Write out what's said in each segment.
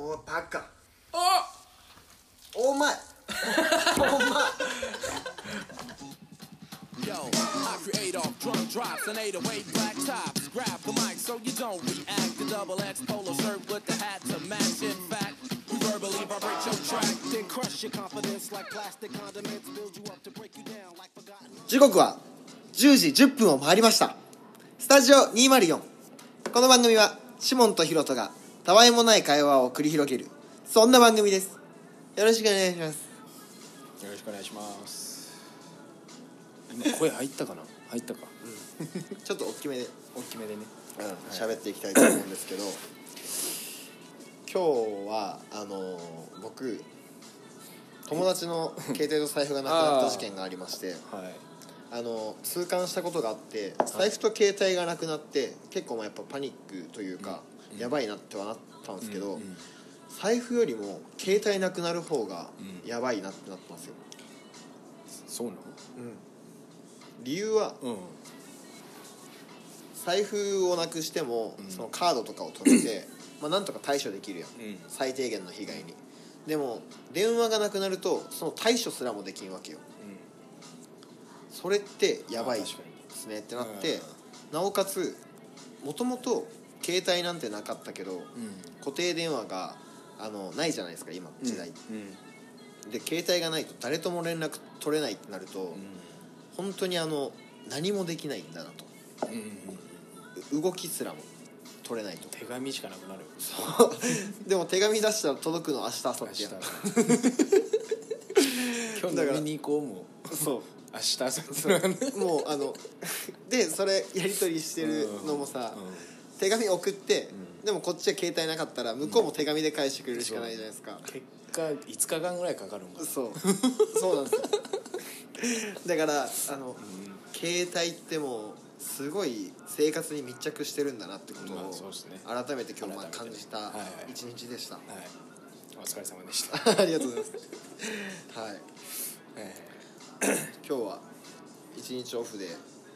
おいバカあお前お前 Yo, I create off drum drops and 808 black tops. Grab the mic so you don't react. The double X polo shirt with the hat to match. In fact, we verbally vibrate your track. Then crush your confidence like plastic condiments. Build you up to break you down like forgotten. 時刻は10時10分を回りました。スタジオ204。この番組はシモンとヒロトがたわいもない会話を繰り広げる、そんな番組です。よろしくお願いします。 よろしくお願いします。今声入ったかな。入ったか。 ちょっと大きめで大きめでね。 喋っていきたいと思うんですけど、今日は僕友達の携帯と財布がなくなった事件がありまして、 はい。 痛感したことがあって、財布と携帯がなくなって結構やっぱパニックというか、やばいなってはなったんですけど、財布よりも携帯なくなる方がやばいなってなったんですよ。 そうなの？ 理由は、財布をなくしても、そのカードとかを取れてなんとか対処できるやん、最低限の被害に。でも電話がなくなるとその対処すらもできんわけよ、それってやばいですねってなって、なおかつもともと携帯なんてなかったけど、固定電話がないじゃないですか今時代、で携帯がないと誰とも連絡取れないってなると、本当に何もできないんだなと、動きすらも取れないと。 手紙しかなくなる。 でも手紙出したら届くの明日明後日やん。 今日飲みに行こうもう。 そう明日明後日。 もうでそれやり取りしてるのもさ、手紙送って、でもこっちは携帯なかったら向こうも手紙で返してくれるしかないじゃないですか。 結果5日間ぐらいかかるもん。 そうなんですよ。だから携帯ってもうすごい生活に密着してるんだなってことを改めて今日感じた一日でした。 お疲れ様でした。 ありがとうございます。はい。今日は一日オフで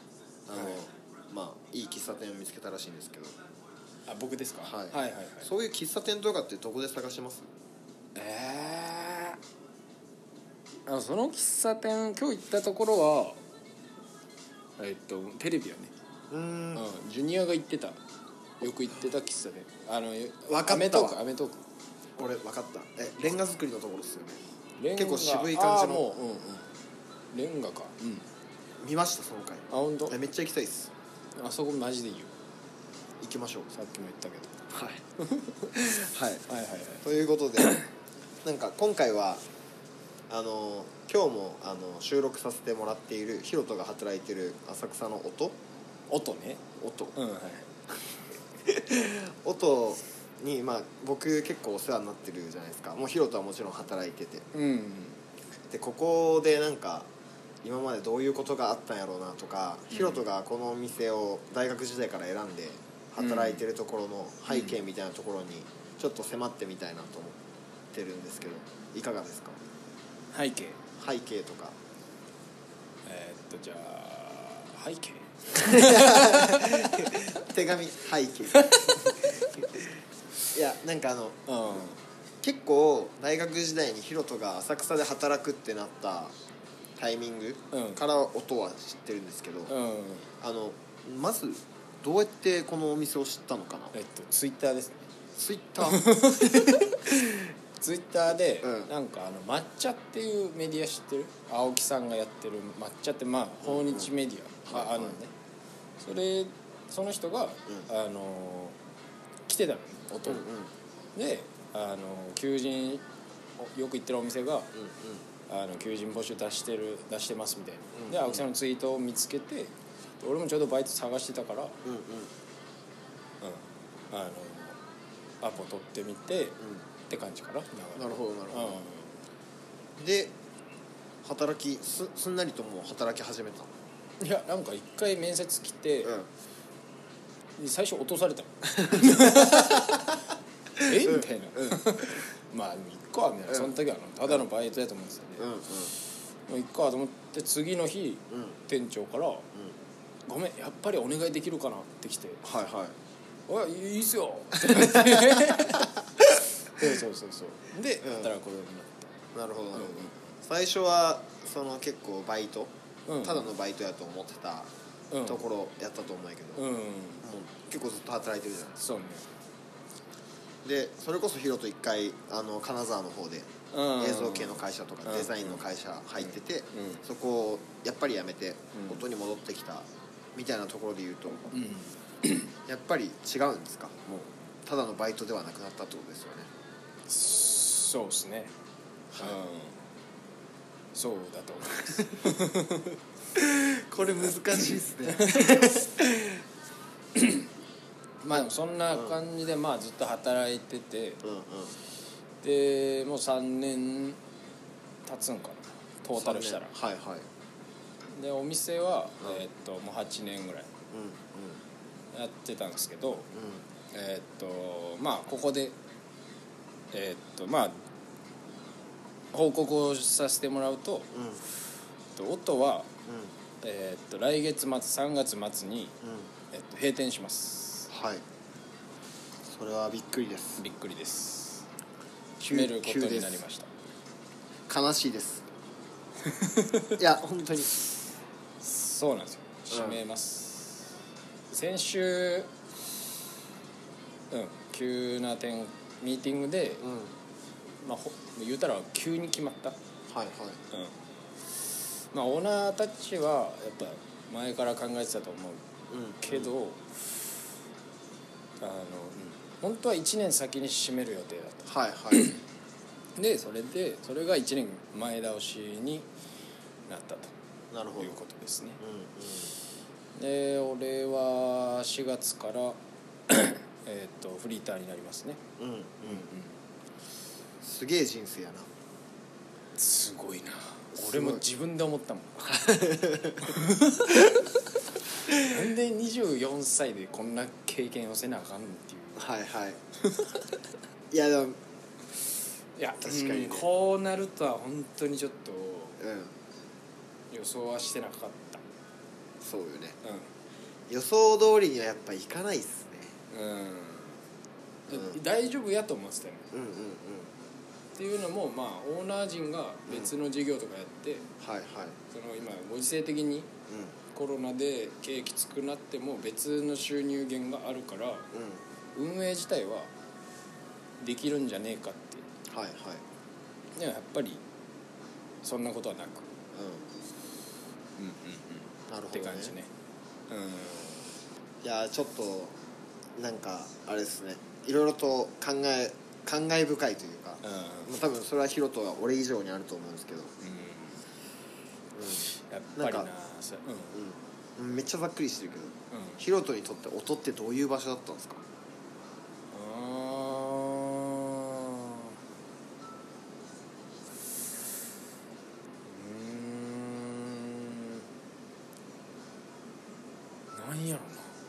いい喫茶店を見つけたらしいんですけど。 あ、僕ですか？ はいはいはい。そういう喫茶店とかってどこで探します？ その喫茶店今日行ったところはテレビはね、ジュニアが行ってた、よく行ってた喫茶店、 分かったわ。 アメトーク俺分かった。レンガ作りのところですよね。結構渋渋い感じの。 レンガか。 見ましたその回。 あ、本当？ めっちゃ行きたいです。 あそこマジでいいよ。 行きましょう。 さっきも言ったけど。 はい。はい。ということでなんか今回は今日も収録させてもらっているヒロトが働いてる浅草の音ね。 音、 はい。 音に僕結構お世話になってるじゃないですか。もうヒロトはもちろん働いてて、でここでなんか今までどういうことがあったんやろうなとか、ヒロトがこのお店を大学時代から選んで働いてるところの背景みたいなところにちょっと迫ってみたいなと思ってるんですけど、いかがですか？ 背景とか。 じゃあ背景手紙背景いやなんか結構大学時代にヒロトが浅草で働くってなったタイミングから音は知ってるんですけど、まずどうやってこのお店を知ったのかな？ ツイッターですね。 ツイッターツイッターで、なんか抹茶っていうメディア知ってる？青木さんがやってる抹茶って訪日メディアがあるのね。その人が、来てたのね、音、で求人よく行ってるお店が、求人募集出してますみたいな、で青木さんのツイートを見つけて、俺もちょうどバイト探してたから、アポ取ってみて、って感じかな。 なるほど。で働きすんなりともう働き始めた。 いやなんか一回面接来て、最初落とされたのみたいな、まあいっかみたいな、その時はただのバイトやと思ってたんで、もういっかと思って、次の日、店長から、ごめんやっぱりお願いできるかなって来て、 はいはい、 おいいいっすよってで働くことになっなるほどなるほど、 うん最初はその結構バイト、 うんただのバイトやと思ってたうんところやったと思うんやけど、 うんもう結構ずっと働いてるじゃないそうねでそれこそヒロト一回金沢の方でうん映像系の会社とかうんデザインの会社入ってて、 うんそこをやっぱり辞めてうん音に戻ってきたみたいなところで言うと、 うんやっぱり違うんですか？もうただのバイトではなくなったってことですよね。 そうですね、そうだと思いますこれ難しいですねまあでもそんな感じでまあずっと働いてて、 うんうんでもう3年経つんかなトータルしたら。 はいはいでお店は、 うんもう8年ぐらいうんやってたんですけど、 うんまあここでまあ報告をさせてもらうと、音は、来月末3月末に、閉店します。 はいそれはびっくりです。 びっくりです。閉めることになりました。 悲しいですいや本当にそうなんですよ、閉めます、先週急なミーティングで、まあ、言うたら急に決まった、 はいはいまあ、オーナーたちはやっぱ前から考えてたと思うけど、本当は1年先に閉める予定だっはいはいたでそれが1年前倒しになったなるほどということですね。 うんで俺は4月からフリーターになりますね。 うんうんすげえ人生やな。 すごいな。 すごい俺も自分で思ったもんなんで24歳でこんな経験をせなあかんっていう。 はいはいいやでもいや確かにねこうなるとは本当にちょっとうん予想はしてなかった。 そうよね予想通りにはやっぱいかないっすね。 大丈夫やと思ってたよね。 うんうんうんっていうのもまあオーナー陣が別の事業とかやって、 はいはいその今ご時世的にコロナで経営きつくなっても別の収入源があるから運営自体はできるんじゃねえかってはいはいでもやっぱりそんなことはなくなるほどねって感じね。 いやちょっとなんかあれですねいろいろと感慨深いというか、もう多分それはヒロトは俺以上にあると思うんですけど、 やっぱりなそうめっちゃざっくりしてるけど、ヒロトにとって音ってどういう場所だったんですか？ なんやろ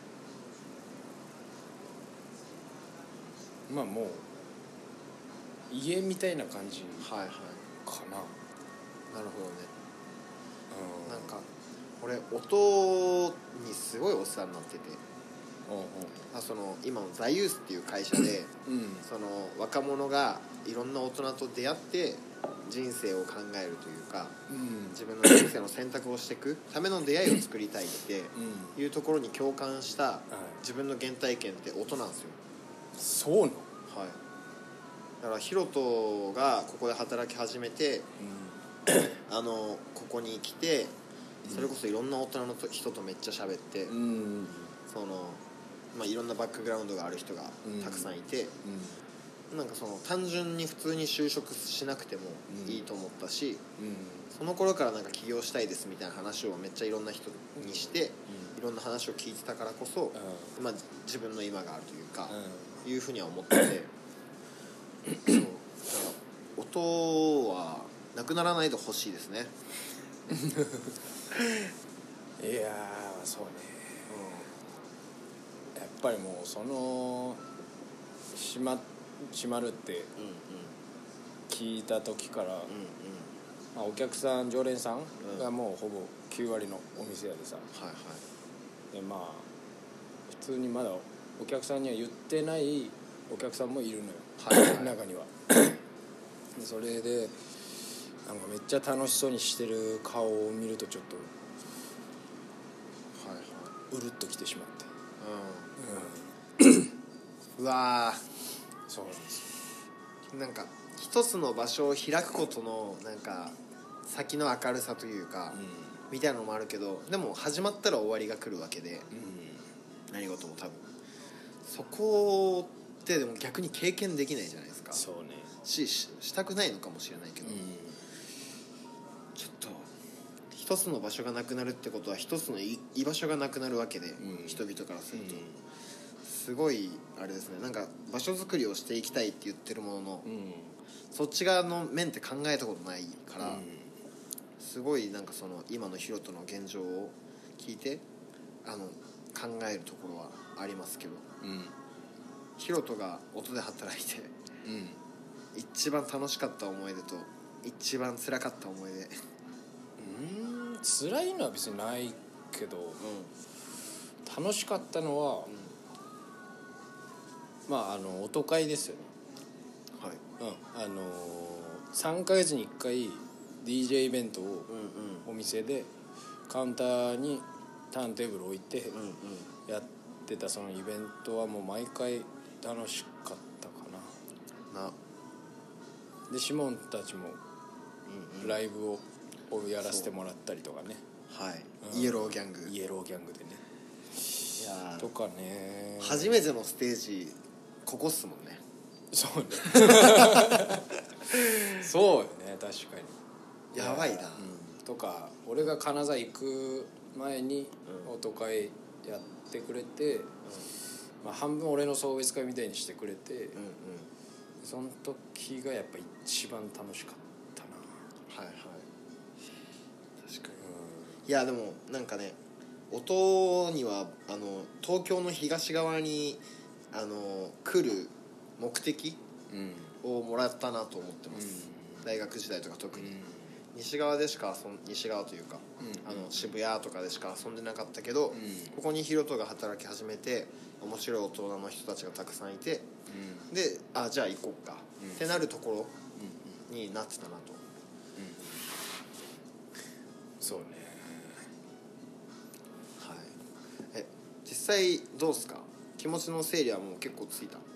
な。まあもう家みたいな感じはいはいかな。 なるほどね。なんか俺音にすごいお世話になってて、その今のザユースっていう会社でその若者がいろんな大人と出会って人生を考えるというか、自分の人生の選択をしていくための出会いを作りたいっていうところに共感した自分の原体験って音なんですよ。 そうなの？ はい。だからヒロトがここで働き始めて、ここに来てそれこそいろんな大人の人とめっちゃ喋って、そのまあいろんなバックグラウンドがある人がたくさんいて、なんかその単純に普通に就職しなくてもいいと思ったし、その頃からなんか起業したいですみたいな話をめっちゃいろんな人にして、いろんな話を聞いてたからこそ、まあ自分の今があるというか、いうふうには思ってて、そうだから音はなくならないでほしいですね。 いやそうね、やっぱりもうその閉まるって聞いた時から、まあ、お客さん常連さんがもうほぼ9割のお店やでさ、 はいはい、 でまあ普通にまだお客さんには言ってないお客さんもいるのよ、中にはでそれでなんかめっちゃ楽しそうにしてる顔を見るとちょっとうるっときてしまって、 うわそうなんですよ。 なんか一つの場所を開くことのなんか先の明るさというか、みたいなのもあるけど、でも始まったら終わりが来るわけで、何事も多分そこってでも逆に経験できないじゃないですか。 そうね。 したくないのかもしれないけど、ちょっと一つの場所がなくなるってことは一つの居場所がなくなるわけで、人々からすると、すごいあれですね。なんか場所づくりをしていきたいって言ってるものの、そっち側の面って考えたことないから、すごいなんかその今のヒロトの現状を聞いて考えるところはありますけど、ヒロトが音で働いて、一番楽しかった思い出と一番辛かった思い出。 辛いのは別にないけど、楽しかったのは、音会ですよね。3ヶ月に1回 DJ イベントをお店でカウンターにターンテーブル置いてやってたそのイベントはもう毎回楽しかったかな。でシモンたちもライブをやらせてもらったりとかね、 イエローギャングでね、いやとかね。 初めてのステージここっすもんね。 そうねそうよね、確かにやばいな、 とか俺が金沢行く前に音会やってくれて、半分俺の送別会みたいにしてくれて、その時がやっぱ一番楽しかったな。 確かに、いやでもなんかね、音には東京の東側に来る目的をもらったなと思ってます、大学時代とか特に、西側でしか西側というか、渋谷とかでしか遊んでなかったけど、ここにヒロトが働き始めて面白い大人の人たちがたくさんいて、でじゃあ行こうか、ってなるところになってたなと、 そうね。 実際どうですか、気持ちの整理はもう結構ついた？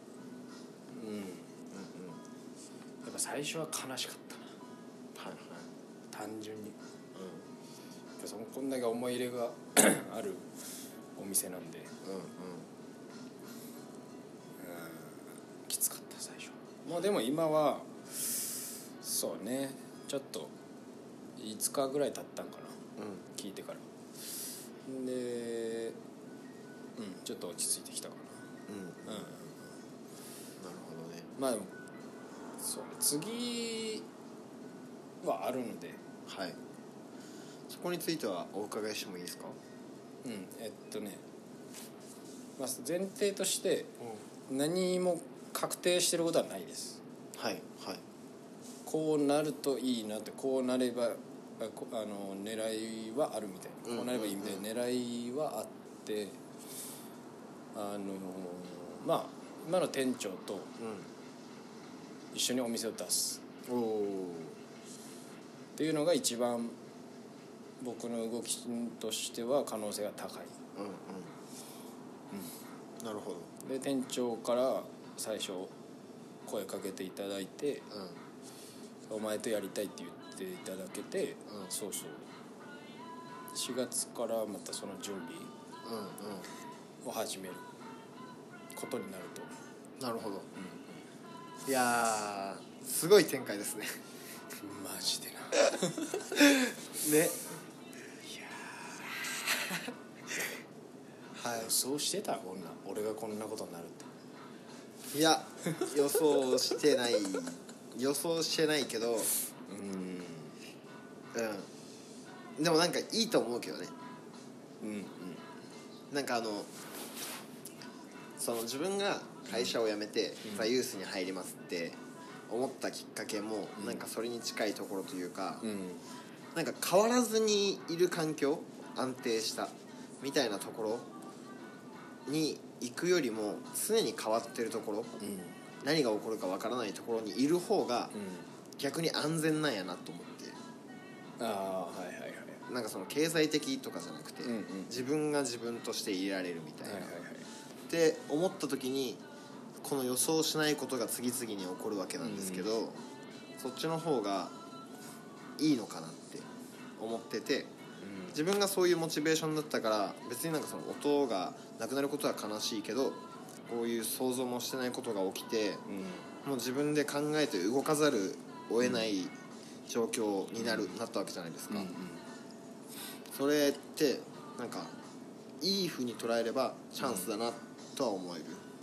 やっぱ最初は悲しかったな、単純に、こんだけ思い入れがあるお店なんで、きつかった最初。もうでも今はそうね、ちょっと5日ぐらい経ったんかな、聞いてからで、ちょっと落ち着いてきたかな。なるほどね。でもそうね、次はあるので、 そこについてはお伺いしてもいいですか？ 前提として何も確定してることはないです。こうなるといいなって、こうなれば狙いはあるみたいな、こうなればいいみたいな狙いはあって、今の店長と一緒にお店を出すっていうのが一番僕の動きとしては可能性が高い。 なるほど。 で店長から最初声かけていただいて、お前とやりたいって言っていただけて、4月からまたその準備を始めることになると。 なるほど、いやすごい展開ですねマジでなね。 そうしてた俺がこんなことになるって。 いや予想してないけど、でもなんかいいと思うけどね。なんかその自分が会社を辞めてザユースに入りますって思ったきっかけもなんかそれに近いところというか、なんか変わらずにいる環境、安定したみたいなところに行くよりも常に変わってるところ、何が起こるかわからないところにいる方が逆に安全なんやなと思って、 ああはいはいはい、 なんかその経済的とかじゃなくて、自分が自分としていられるみたいな、って思った時にこの予想しないことが次々に起こるわけなんですけど、そっちの方がいいのかなって思ってて、自分がそういうモチベーションだったから別になんかその音がなくなることは悲しいけど、こういう想像もしてないことが起きて、もう自分で考えて動かざるを得ない状況になったわけじゃないですか、それってなんかいい風に捉えればチャンスだなとは思える。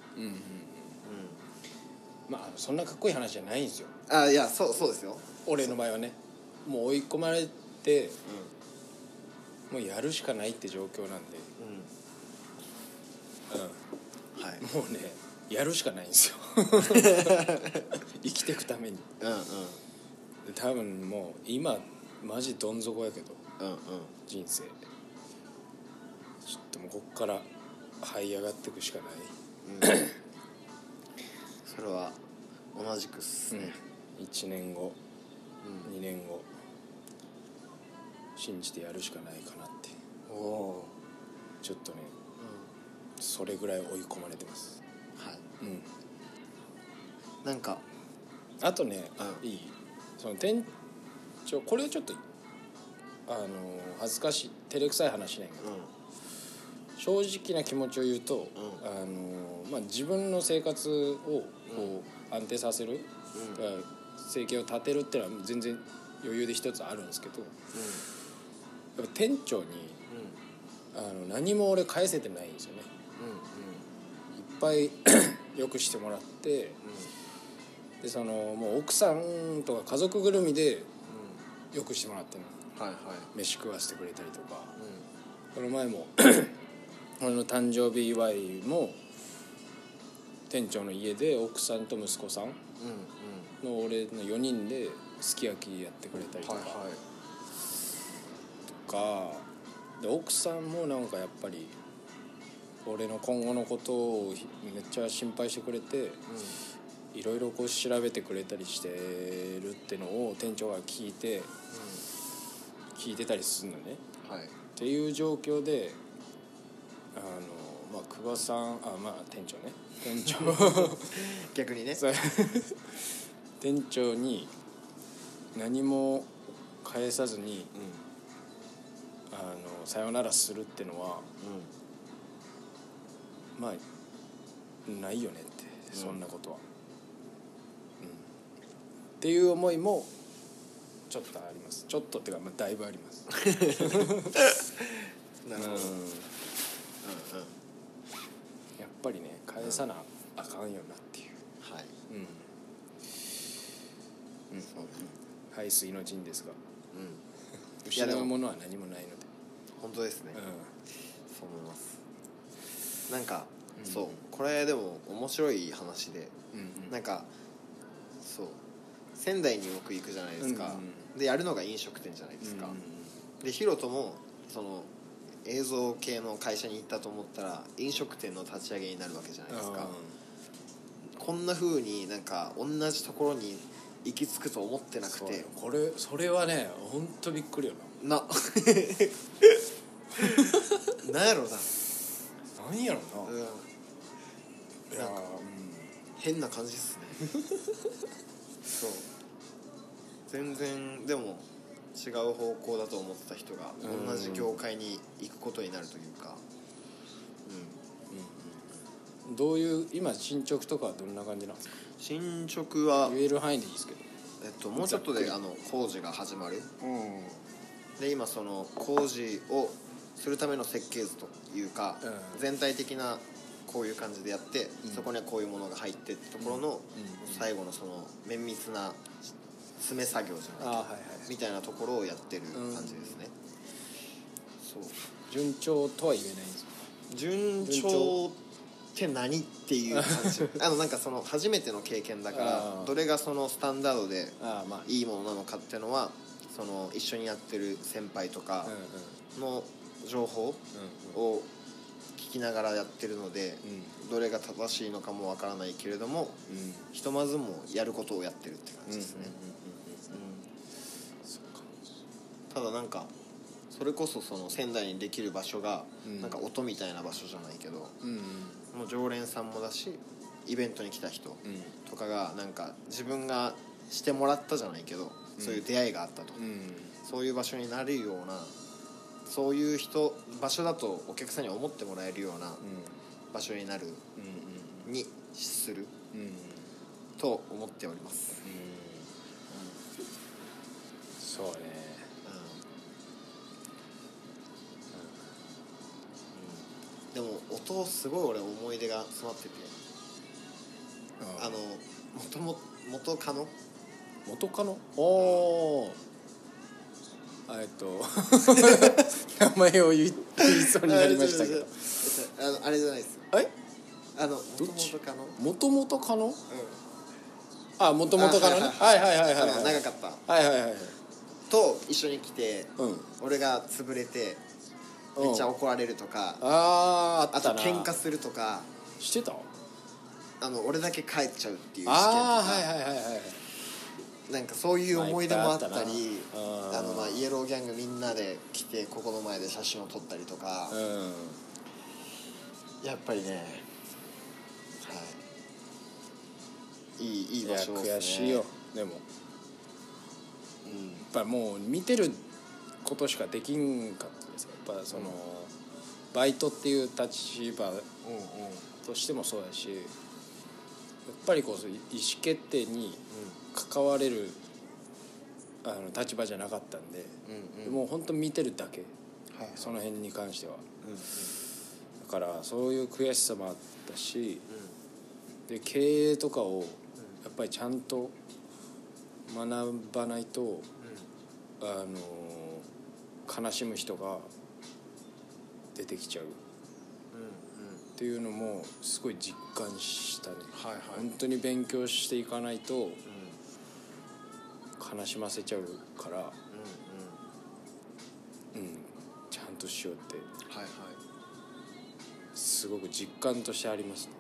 まあそんなかっこいい話じゃないんですよ。 いやそうですよ。 俺の場合はね、もう追い込まれて、もうやるしかないって状況なんで、はい、もうねやるしかないんですよ生きていくために。多分もう今マジどん底やけど、人生ちょっともうこっから這い上がっていくしかない、 それは同じくっすね、 1年後、2年後信じてやるしかないかなって。ちょっとね、それぐらい追い込まれてます。 はい、なんかあとね、いいその店長、これはちょっと恥ずかしい照れくさい話なんやけど、正直な気持ちを言うと、まあ、自分の生活をこう安定させる、生計を立てるっていうのは全然余裕で一つあるんですけど、やっぱ店長に、何も俺返せてないんですよね、いっぱいよくしてもらって、でそのもう奥さんとか家族ぐるみでよくしてもらってるの、飯食わせてくれたりとか、この前も俺の誕生日祝いも店長の家で奥さんと息子さんの俺の4人ですき焼きやってくれたりとか、で奥さんもなんかやっぱり俺の今後のことをめっちゃ心配してくれて、いろいろこう調べてくれたりしてるってのを店長が聞いてたりするのね、っていう状況でまあ久保さんまあ店長逆にね店長に何も返さずに、さよならするってのは、まあないよねって、そんなことは、っていう思いもちょっとあります。ちょっとっていうか、まあ、だいぶありますなるほど、 やっぱりね返さなあかんよなっていう、排水の陣ですが、失うものは何もないので。 本当ですね、そう思います。なんか、そうこれでも面白い話で、なんかそう仙台によく行くじゃないですか、でやるのが飲食店じゃないですか、でヒロトもその映像系の会社に行ったと思ったら飲食店の立ち上げになるわけじゃないですか。こんな風になんか同じところに行き着くと思ってなくて、 それはね本当びっくりよななんやろな、 なんやろな、 なんか変な感じっすねそう全然でも違う方向だと思ってた人が同じ業界に行くことになるというか、 どういう今進捗とかはどんな感じなんですか？ 進捗は言える範囲でいいですけど、 もうちょっとで工事が始まる、で今その工事をするための設計図というか、全体的なこういう感じでやって、そこにはこういうものが入ってってところの、最後のその綿密な詰め作業じゃないみたいなところをやってる感じですね、そう順調とは言えないんですか？ 順調って何っていう感じなんかその初めての経験だからどれがそのスタンダードでいいものなのかっていうのはその一緒にやってる先輩とかの情報を聞きながらやってるので、どれが正しいのかもわからないけれども、ひとまずもやることをやってるって感じですね。ただなんかそれこそその仙台にできる場所がなんか音みたいな場所じゃないけど、もう常連さんもだしイベントに来た人とかがなんか自分がしてもらったじゃないけど、そういう出会いがあったと、そういう場所になるような、そういう場所だとお客さんに思ってもらえるような場所になる、にする、と思っております。 そうね。 でも音すごい俺思い出が詰まってて、元カノ名前を言いそうになりましたけどあれじゃないですよ。 元カノ元カノね。はい長かった、と一緒に来て、俺が潰れてめっちゃ怒られるとか、 あったな。 あと喧嘩するとかしてた？ 俺だけ帰っちゃうっていう事件とか、なんかそういう思い出もあったり、イエローギャングみんなで来てここの前で写真を撮ったりとか、やっぱりね、いい場所ですね。 悔しいよ。でも、やっぱもう見てることしかできんかったですよ。やっぱその、バイトっていう立場としてもそうだし、やっぱりこう意思決定に関われる立場じゃなかったんで、もう本当見てるだけ、その辺に関しては、だからそういう悔しさもあったし、で経営とかをやっぱりちゃんと学ばないと、悲しむ人が出てきちゃうっていうのもすごい実感したね。本当に勉強していかないと悲しませちゃうから、ちゃんとしようってすごく実感としてありますね。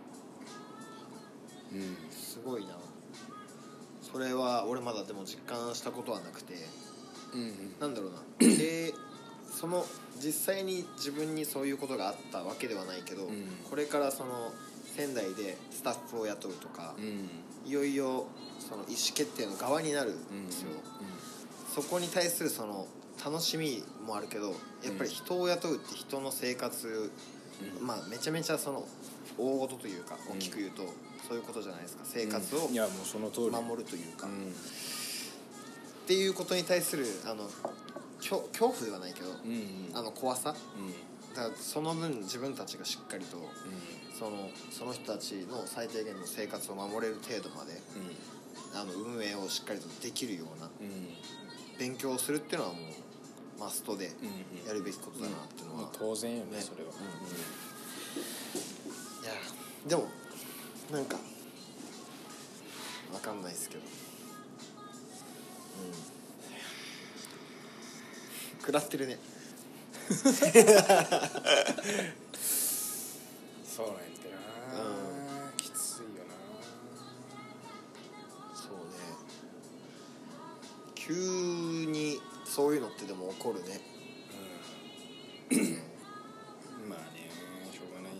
すごいな。それは俺まだでも実感したことはなくて、なんだろうな、その実際に自分にそういうことがあったわけではないけど、これからその仙台でスタッフを雇うとか、いよいよその意思決定の側になるんですよ。そこに対するその楽しみもあるけど、やっぱり人を雇うって人の生活、めちゃめちゃその大事というか、大きく言うとそういうことじゃないですか。生活を守るというか、っていうことに対する恐怖ではないけど、怖さ、だからその分自分たちがしっかりと、その人たちの最低限の生活を守れる程度まで、運営をしっかりとできるような、勉強をするっていうのはもうマストでやるべきことだなっていうのは、 当然よね、それは。 いやでもなんかわかんないですけど、食らってるね。 そうなんやってな、きついよな。 そうね、急にそういうのってでも起こるね。 まあね、しょうがない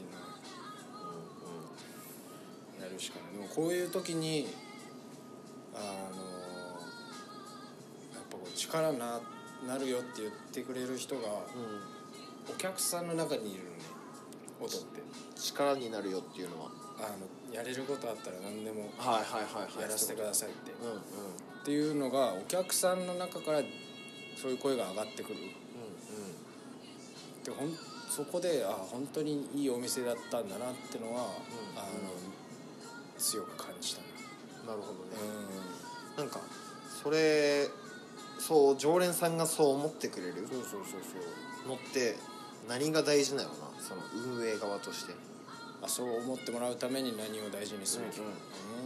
な、やるしかない。でもこういう時にやっぱこう力になるよって言ってくれる人が、お客さんの中にいるのね。音って力になるよっていうのは、 やれることあったら何でもやらせてくださいってっていうのがお客さんの中からそういう声が上がってくる。でそこで本当にいいお店だったんだなってのは、強く感じたな。 なるほどね。なんかそう常連さんがそう思ってくれるのって何が大事なのな、その運営側として。 そう思ってもらうために何を大事にすべきか。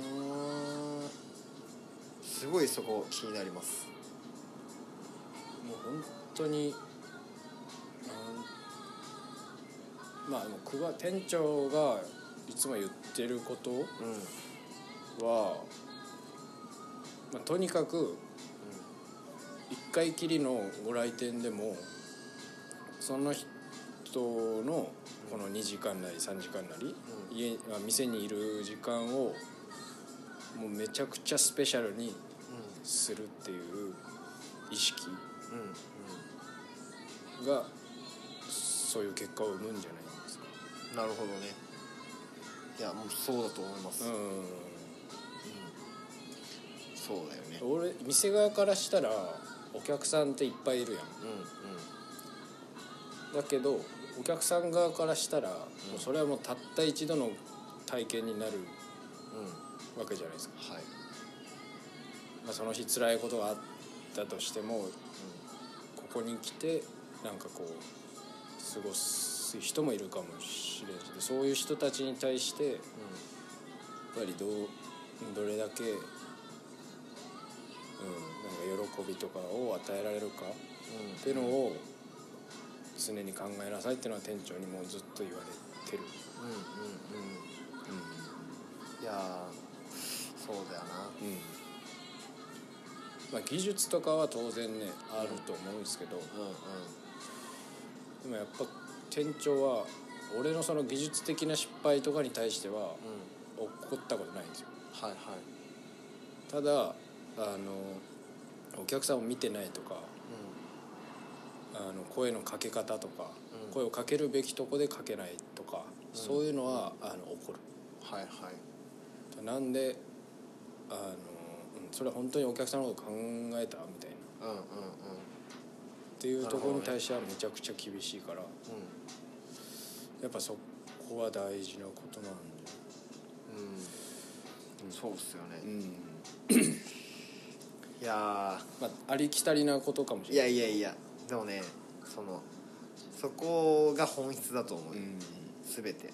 すごいそこ気になります。 もう本当にまあ僕が店長がいつも言ってることは、まあ、とにかく一回きりのご来店でもその人のこの2時間なり3時間なり、店にいる時間をもうめちゃくちゃスペシャルにするっていう意識がそういう結果を生むんじゃないですか。 なるほどね。いやもうそうだと思います。そうだよね。 俺店側からしたらお客さんっていっぱいいるやん、だけどお客さん側からしたら、もうそれはもうたった一度の体験になるわけじゃないですか、まあ、その日辛いことがあったとしても、ここに来てなんかこう過ごす人もいるかもしれないし、そういう人たちに対してやっぱりどれだけ、なんか喜びとかを与えられるかっていうのを常に考えなさいっていうのは店長にもずっと言われてる。 いやそうだよな。 まあ、技術とかは当然ねあると思うんですけど、でもやっぱ店長は俺のその技術的な失敗とかに対しては怒ったことないんですよ。ただお客さんを見てないとか、声のかけ方とか、声をかけるべきとこでかけないとか、そういうのは怒る。なんでそれは本当にお客さんのこと考えたみたいな、っていうところに対してはめちゃくちゃ厳しいから、やっぱそこは大事なことなんで、 そうっすよね。いやまあ、ありきたりなことかもしれない。 いやでもね、そこが本質だと思う、全て。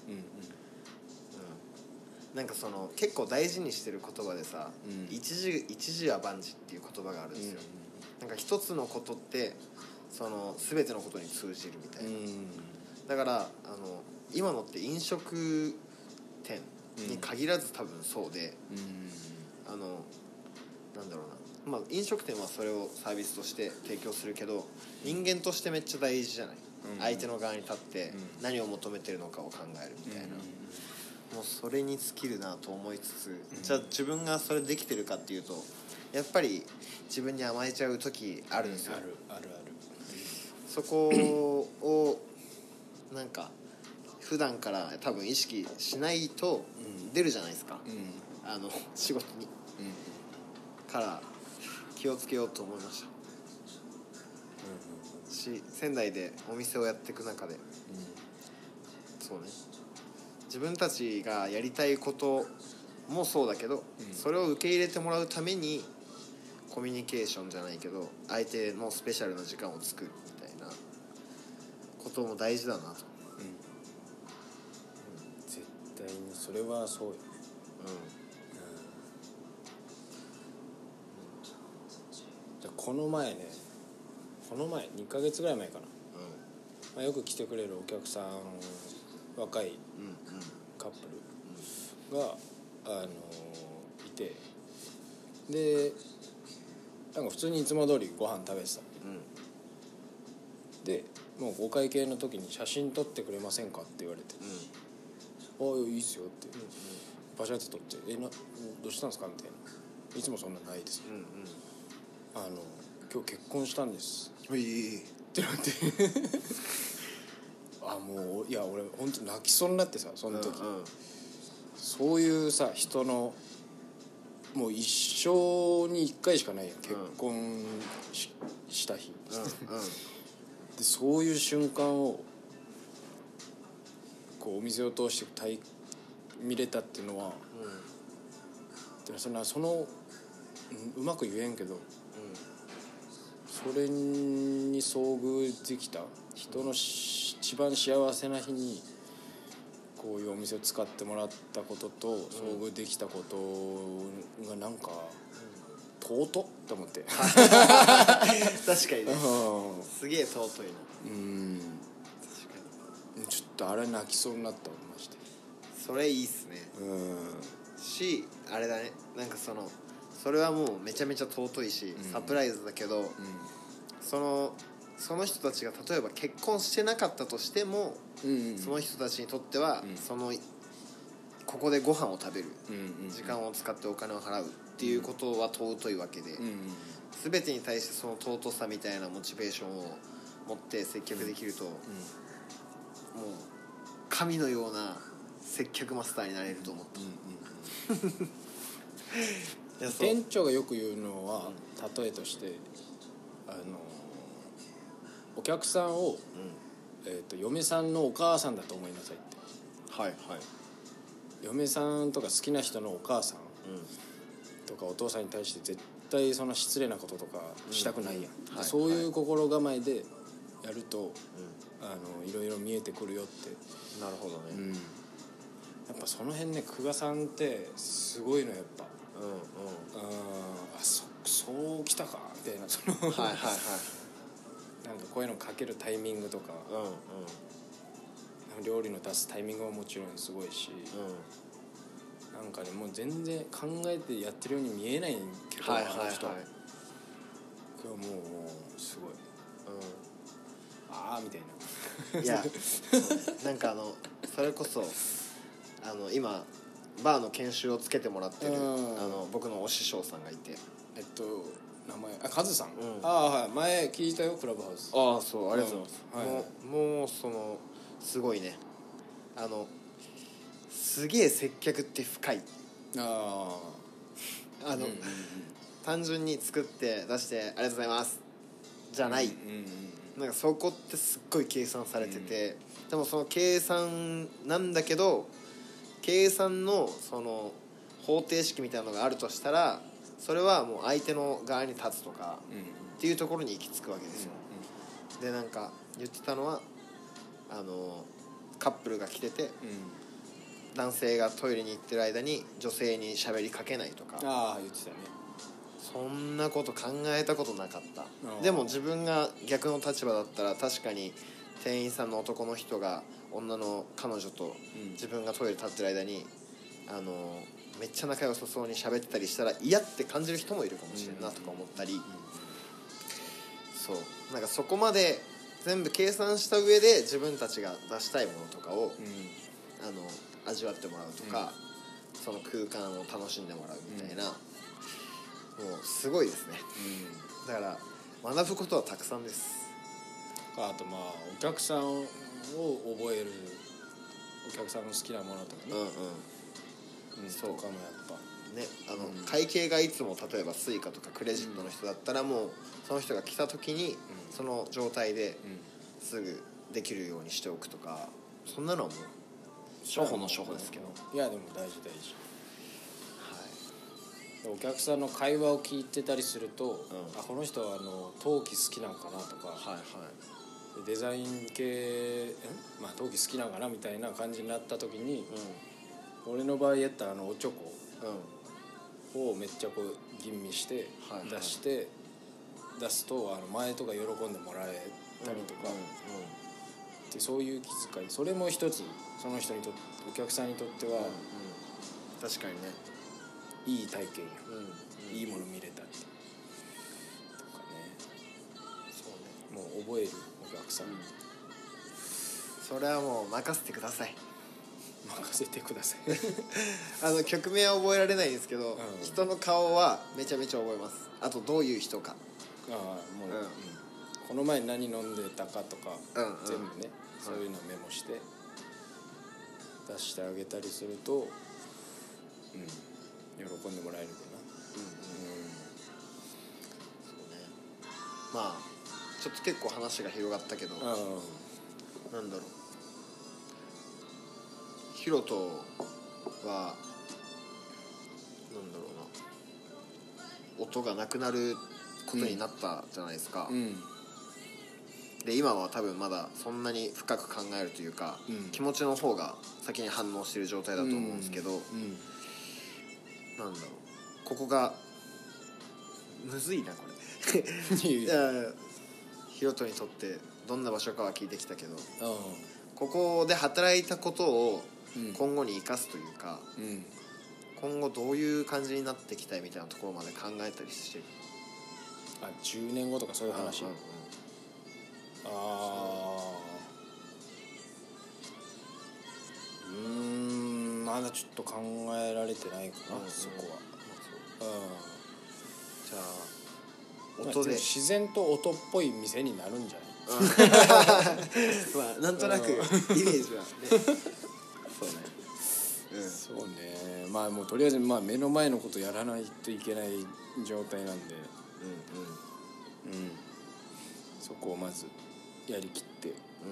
なんか結構大事にしてる言葉でさ、一時は万事っていう言葉があるんですよ、なんか一つのことって全てのことに通じるみたいな、だから今のって飲食店に限らず多分そうで、なんだろうな、まあ飲食店はそれをサービスとして提供するけど、人間としてめっちゃ大事じゃない、相手の側に立って何を求めてるのかを考えるみたいな、もうそれに尽きるなと思いつつ、じゃあ自分がそれできてるかっていうと、やっぱり自分に甘えちゃう時あるんですよ、 あるそこをなんか普段から多分意識しないと出るじゃないですか、仕事に、から気をつけようと思いました、し仙台でお店をやっていく中で、そうね、自分たちがやりたいこともそうだけど、それを受け入れてもらうためにコミュニケーションじゃないけど相手のスペシャルな時間を作るみたいなことも大事だなと、 絶対にそれはそうよ。この前2ヶ月ぐらい前かな、まあ、よく来てくれるお客さん、若いカップルが、いて、でなんか普通にいつも通りご飯食べてた、でもうお会計の時に写真撮ってくれませんかって言われて、ああいいっすよって、バシャって撮ってどうしたんですかみたいな、いつもそんなないです、今日結婚したんですってなってもういや俺本当泣きそうになってさ、その時、そういうさ人のもう一生に一回しかないやん、結婚した日、でそういう瞬間をこうお店を通して見れたっていうのは、そのうまく言えんけど、それに遭遇できた人の一番幸せな日にこういうお店を使ってもらったことと遭遇できたことがなんか尊っと思って確かにね、すげえ尊いな、 確かにちょっととあれ泣きそうになったわマジで。 それいいっすね。しあれだね、なんかそれはもうめちゃめちゃ尊いし、サプライズだけど、その人たちが例えば結婚してなかったとしても、その人たちにとっては、ここでご飯を食べる、時間を使ってお金を払うっていうことは尊いわけで、全てに対してその尊さみたいなモチベーションを持って接客できると、もう神のような接客マスターになれると思った。 店長がよく言うのは、例えとしてお客さんを、嫁さんのお母さんだと思いなさいって。 はいはい。 嫁さんとか好きな人のお母さんとかお父さんに対して絶対その失礼なこととかしたくないやん、そういう心構えでやると、いろいろ見えてくるよって。 なるほどね、 やっぱその辺ね、久我さんってすごいのやっぱ。そうきたかみたいな、なんかこういうのかけるタイミングとか、料理の出すタイミングももちろんすごいし、なんかね、もう全然考えてやってるように見えないけど、あの人これはもうすごい、ああみたいな。 いやなんかそれこそ今バーの研修をつけてもらってる僕のお師匠さんがいて、 名前カズさん、はい、前聞いたよ、クラブハウス。 そう、ありがとうございます。もうすごいね、すげえ接客って深い。単純に作って出してありがとうございますじゃない、なんかそこってすっごい計算されてて、でもその計算なんだけど、計算の方程式みたいなのがあるとしたら、それはもう相手の側に立つとかっていうところに行き着くわけですよ。でなんか言ってたのはカップルが来てて、男性がトイレに行ってる間に女性に喋りかけないとか。 言ってたね。 そんなこと考えたことなかった。でも自分が逆の立場だったら、確かに店員さんの男の人が女の彼女と自分がトイレ立ってる間にめっちゃ仲良さそうに喋ってたりしたら嫌って感じる人もいるかもしれんなとか思ったり、そうなんかそこまで全部計算した上で自分たちが出したいものとかを、味わってもらうとか、その空間を楽しんでもらうみたいな、もうすごいですね、だから学ぶことはたくさんです。 あとお客さんを覚える、お客さんの好きなものとかね、そうかもやっぱね、会計がいつも例えばスイカとかクレジットの人だったら、もうその人が来た時に、その状態ですぐできるようにしておくとか、そんなのはもう初歩の初歩ですけど、 いやでも大事、お客さんの会話を聞いてたりすると、この人は陶器好きなのかなとか、デザイン系陶器好きなのかなみたいな感じになった時に、俺の場合やったらおちょこをめっちゃこう吟味して出して出すと、前とか喜んでもらえたりとか、でそういう気遣い、それも一つその人にとって、お客さんにとっては、 確かにね、 いい体験や、いいもの見れたりとかね。そうね、もう覚えるお客さん、 それはもう任せてください。 任せてください。 曲名は覚えられないんですけど、人の顔はめちゃめちゃ覚えます。あとどういう人か、 この前何飲んでたかとか、全部ね、そういうのメモして出してあげたりすると、喜んでもらえるかな。 そうね、ちょっと結構話が広がったけど、なんだろう、ヒロトはなんだろうな、音がなくなることになったじゃないですか、で今は多分まだそんなに深く考えるというか、気持ちの方が先に反応してる状態だと思うんですけど、なんだろう、ここがむずいなこれ。ヒロトにとってどんな場所かは聞いてきたけど、 ここで働いたことをうん今後に生かすというか、 うん今後どういう感じになっていきたいみたいなところまで考えたりしてる。 あ10年後とかそういう話、 うんうんまだちょっと考えられてないかな、そこは。 じゃあ音音で、 自然と音っぽい店になるんじゃない？ まあなんとなくイメージはねそうね、 そうね。まあもうとりあえずまあ目の前のことやらないといけない状態なんで、そこをまずやりきって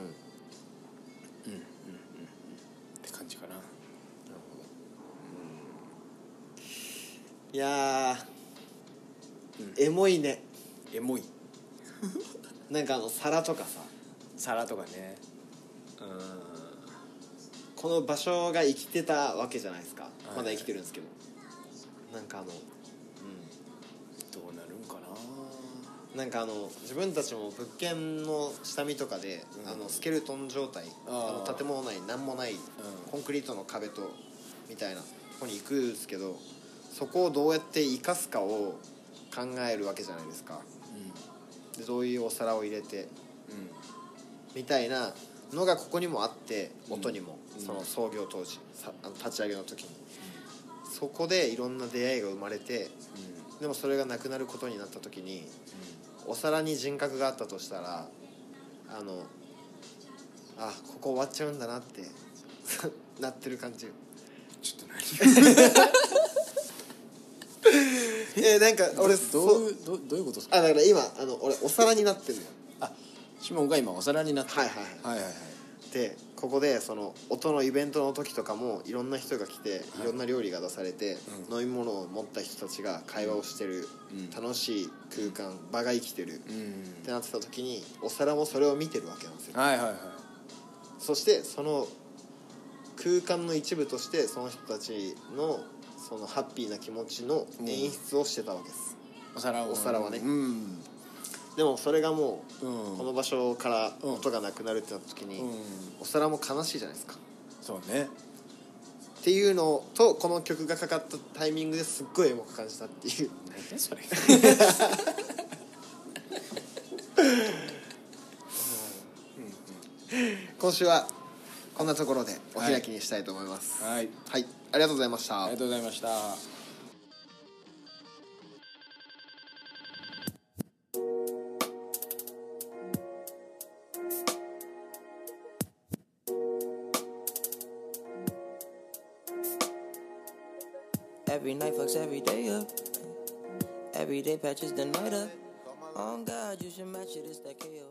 って感じかな。 いやエモいね。 エモいなんか皿とかさ、 皿とかね。 この場所が生きてたわけじゃないですか、 いまだ生きてるんですけど、なんかどうなるんかな。 なんか自分たちも物件の下見とかで、スケルトン状態、建物内何もない、コンクリートの壁とみたいなとこに行くんですけど、そこをどうやって生かすかを考えるわけじゃないですか、でどういうお皿を入れて、みたいなのがここにもあって、音にも、その創業当時立ち上げの時に、そこでいろんな出会いが生まれて、でもそれがなくなることになった時に、お皿に人格があったとしたらここ終わっちゃうんだなってなってる感じ。 ちょっと何なんか俺どういうことですか？ だから今俺お皿になってるのよ。 シモンが今お皿になってる。 はいはいはい。でここでその音のイベントの時とかもいろんな人が来て、いろんな料理が出されて、飲み物を持った人たちが会話をしてる、楽しい空間、場が生きてる、ってなってた時にお皿もそれを見てるわけなんですよ。 はいはいはい。 そしてその空間の一部としてその人たちのそのハッピーな気持ちの演出をしてたわけです、 お皿はね、でもそれがもう、この場所から音がなくなるってなった時に、お皿も悲しいじゃないですか。 そうね。 っていうのと、この曲がかかったタイミングですっごいエモく感じたっていう。 何それ今週はこんなところでお開きにしたいと思います。 はい、 はい、ありがとうございました。 ありがとうございました。 Every night fucks every day up. Every day patches the night up. On God, you should match it, it's that KO.